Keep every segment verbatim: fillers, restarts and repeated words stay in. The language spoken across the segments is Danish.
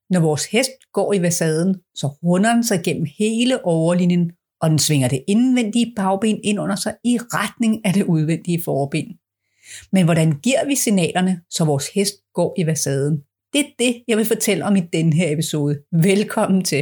Når vores hest går i versaden, så runder den sig gennem hele overlinjen, og den svinger det indvendige bagben ind under sig i retning af det udvendige forben. Men hvordan giver vi signalerne, så vores hest går i versaden? Det er det, jeg vil fortælle om i denne her episode. Velkommen til.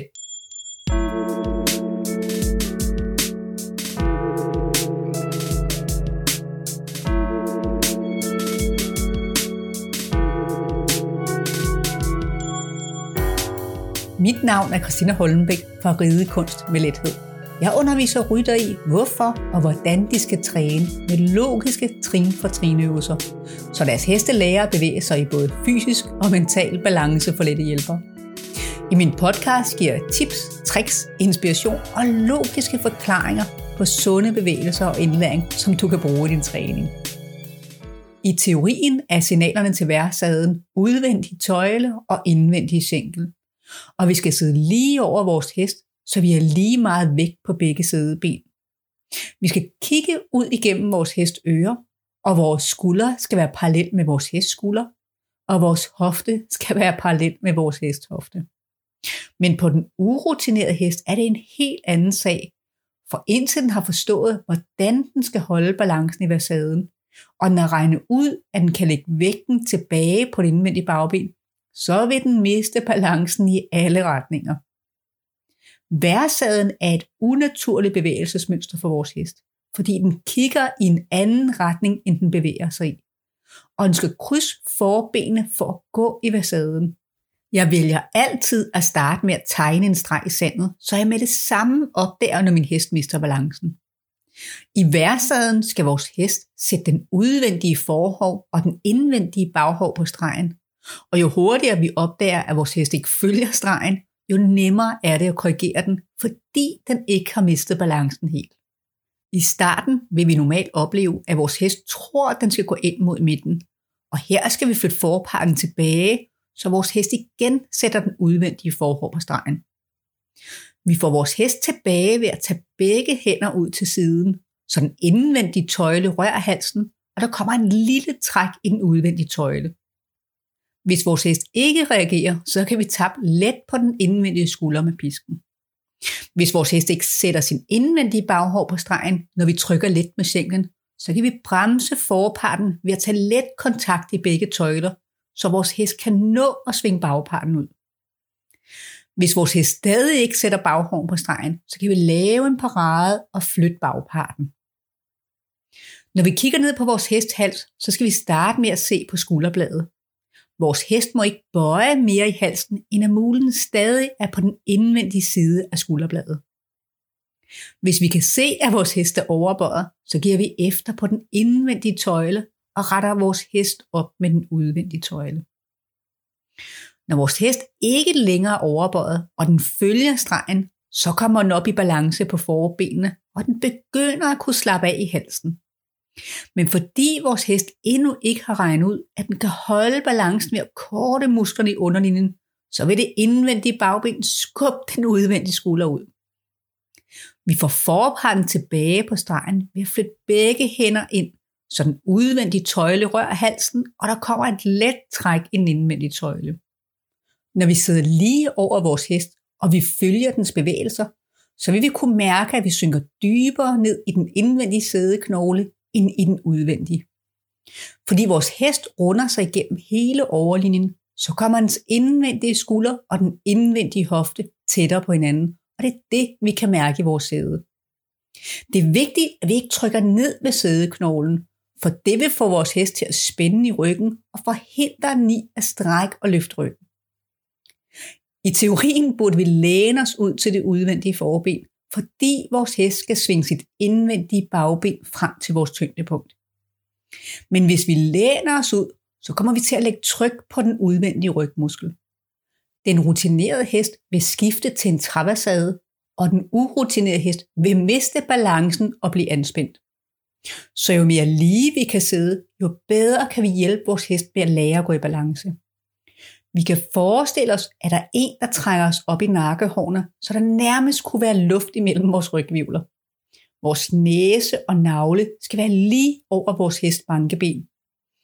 Mit navn er Christina Hollenbæk fra Ridekunst med Lethed. Jeg underviser rytter i, hvorfor og hvordan de skal træne med logiske trin for trinøvelser, så deres heste lærer at bevæge sig i både fysisk og mental balance for lette hjælper. I min podcast giver jeg tips, tricks, inspiration og logiske forklaringer på sunde bevægelser og indlæring, som du kan bruge i din træning. I teorien er signalerne til versaden udvendig tøjle og indvendig skænkel. Og vi skal sidde lige over vores hest, så vi har lige meget vægt på begge sideben. Vi skal kigge ud igennem vores hest ører, og vores skuldre skal være parallelt med vores hest skulder, og vores hofte skal være parallelt med vores hest hofte. Men på den urutinerede hest er det en helt anden sag, for indtil den har forstået, hvordan den skal holde balancen i versaden, og den har regnet ud, at den kan lægge vægten tilbage på det indvendige bagben, så vil den miste balancen i alle retninger. Versaden er et unaturligt bevægelsesmønster for vores hest, fordi den kigger i en anden retning, end den bevæger sig i. Og den skal krydse forbenene for at gå i versaden. Jeg vælger altid at starte med at tegne en streg i sandet, så jeg med det samme opdager, når min hest mister balancen. I versaden skal vores hest sætte den udvendige forhov og den indvendige baghov på stregen. Og jo hurtigere vi opdager, at vores hest ikke følger stregen, jo nemmere er det at korrigere den, fordi den ikke har mistet balancen helt. I starten vil vi normalt opleve, at vores hest tror, at den skal gå ind mod midten. Og her skal vi flytte forparten tilbage, så vores hest igen sætter den udvendige forhov på stregen. Vi får vores hest tilbage ved at tage begge hænder ud til siden, så den indvendige tøjle rører halsen, og der kommer en lille træk i den udvendige tøjle. Hvis vores hest ikke reagerer, så kan vi tappe let på den indvendige skulder med pisken. Hvis vores hest ikke sætter sin indvendige baghov på stregen, når vi trykker let med skænklen, så kan vi bremse forparten ved at tage let kontakt i begge tøjler, så vores hest kan nå at svinge bagparten ud. Hvis vores hest stadig ikke sætter baghoven på stregen, så kan vi lave en parade og flytte bagparten. Når vi kigger ned på vores hest hals, så skal vi starte med at se på skulderbladet. Vores hest må ikke bøje mere i halsen, end at mulen stadig er på den indvendige side af skulderbladet. Hvis vi kan se, at vores hest er overbøjet, så giver vi efter på den indvendige tøjle og retter vores hest op med den udvendige tøjle. Når vores hest ikke længere er overbøjet, og den følger stregen, så kommer den op i balance på forbenene, og den begynder at kunne slappe af i halsen. Men fordi vores hest endnu ikke har regnet ud, at den kan holde balancen ved at korte musklerne i underlinjen, så vil det indvendige bagben skubbe den udvendige skulder ud. Vi får forparten tilbage på stregen ved at flytte begge hænder ind, så den udvendige tøjle rører halsen, og der kommer et let træk i den indvendige tøjle. Når vi sidder lige over vores hest, og vi følger dens bevægelser, så vil vi kunne mærke, at vi synker dybere ned i den indvendige sædeknogle, end i den udvendige. Fordi vores hest runder sig igennem hele overlinjen, så kommer dens indvendige skulder og den indvendige hofte tættere på hinanden, og det er det, vi kan mærke i vores sæde. Det er vigtigt, at vi ikke trykker ned ved sædeknoglen, for det vil få vores hest til at spænde i ryggen og forhindre den i at strække og løfte ryggen. I teorien burde vi læne os ud til det udvendige forben, fordi vores hest skal svinge sit indvendige bagben frem til vores tyngdepunkt. Men hvis vi læner os ud, så kommer vi til at lægge tryk på den udvendige rygmuskel. Den rutinerede hest vil skifte til en traversade, og den urutinerede hest vil miste balancen og blive anspændt. Så jo mere lige vi kan sidde, jo bedre kan vi hjælpe vores hest med at lære at gå i balance. Vi kan forestille os, at der er en, der trækker os op i nakkehårene, så der nærmest kunne være luft imellem vores rygvivler. Vores næse og navle skal være lige over vores hestbankeben.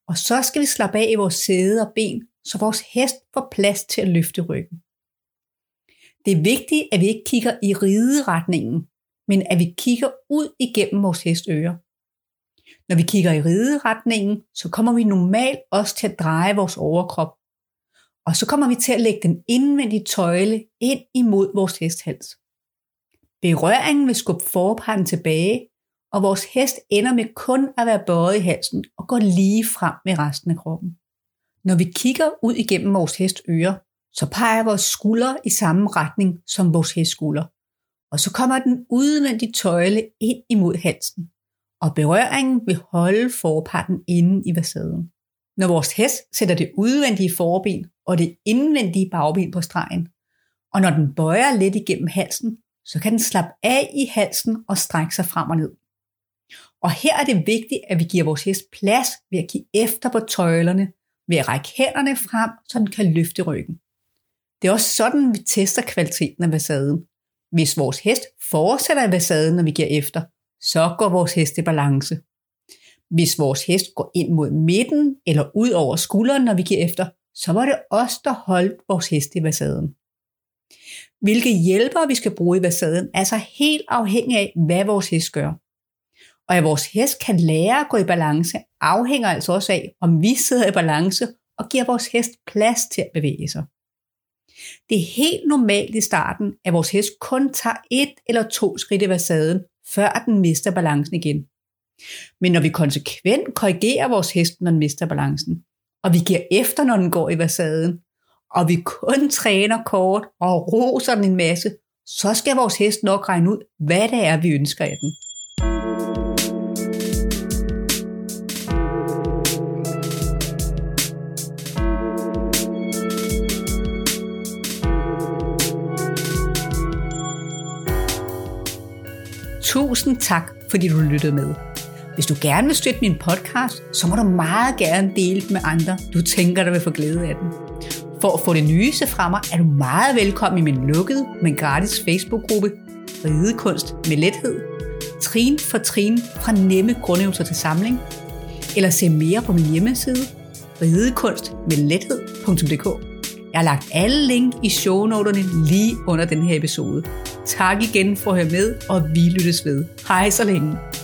Og så skal vi slappe af i vores sæde og ben, så vores hest får plads til at løfte ryggen. Det er vigtigt, at vi ikke kigger i rideretningen, men at vi kigger ud igennem vores hestører. Når vi kigger i rideretningen, så kommer vi normalt også til at dreje vores overkrop. Og så kommer vi til at lægge den indvendige tøjle ind imod vores hesthals. Berøringen vil skubbe forparten tilbage, og vores hest ender med kun at være bøjet i halsen og går lige frem med resten af kroppen. Når vi kigger ud igennem vores hestører, så peger vores skuldre i samme retning som vores hestskulder. Og så kommer den udvendige tøjle ind imod halsen, og berøringen vil holde forparten inde i versaden. Når vores hest sætter det udvendige forben og det indvendige bagben på stregen, og når den bøjer lidt igennem halsen, så kan den slappe af i halsen og strække sig frem og ned. Og her er det vigtigt, at vi giver vores hest plads ved at give efter på tøjlerne, ved at række hænderne frem, så den kan løfte ryggen. Det er også sådan, vi tester kvaliteten af versaden. Hvis vores hest fortsætter i versaden, når vi giver efter, så går vores hest i balance. Hvis vores hest går ind mod midten eller ud over skulderen, når vi giver efter, så var det os, der holdt vores hest i versaden. Hvilke hjælpere vi skal bruge i versaden, er så helt afhængig af, hvad vores hest gør. Og at vores hest kan lære at gå i balance, afhænger altså også af, om vi sidder i balance og giver vores hest plads til at bevæge sig. Det er helt normalt i starten, at vores hest kun tager et eller to skridt i versaden, før den mister balancen igen. Men når vi konsekvent korrigerer vores hest, når den mister balancen, og vi giver efter, når den går i versaden, og vi kun træner kort og roser den en masse, så skal vores hest nok regne ud, hvad det er, vi ønsker af den. Tusind tak, fordi du lyttede med. Hvis du gerne vil støtte min podcast, så må du meget gerne dele den med andre, du tænker, der vil få glæde af den. For at få det nyeste fra mig, er du meget velkommen i min lukkede, men gratis Facebook-gruppe Ridekunst med lethed. Trin for trin fra nemme grundøvelser til samling. Eller se mere på min hjemmeside ridekunst med lethed punktum d k. Jeg har lagt alle link i shownoterne lige under den her episode. Tak igen for at høre med, og vi lyttes ved. Hej så længe.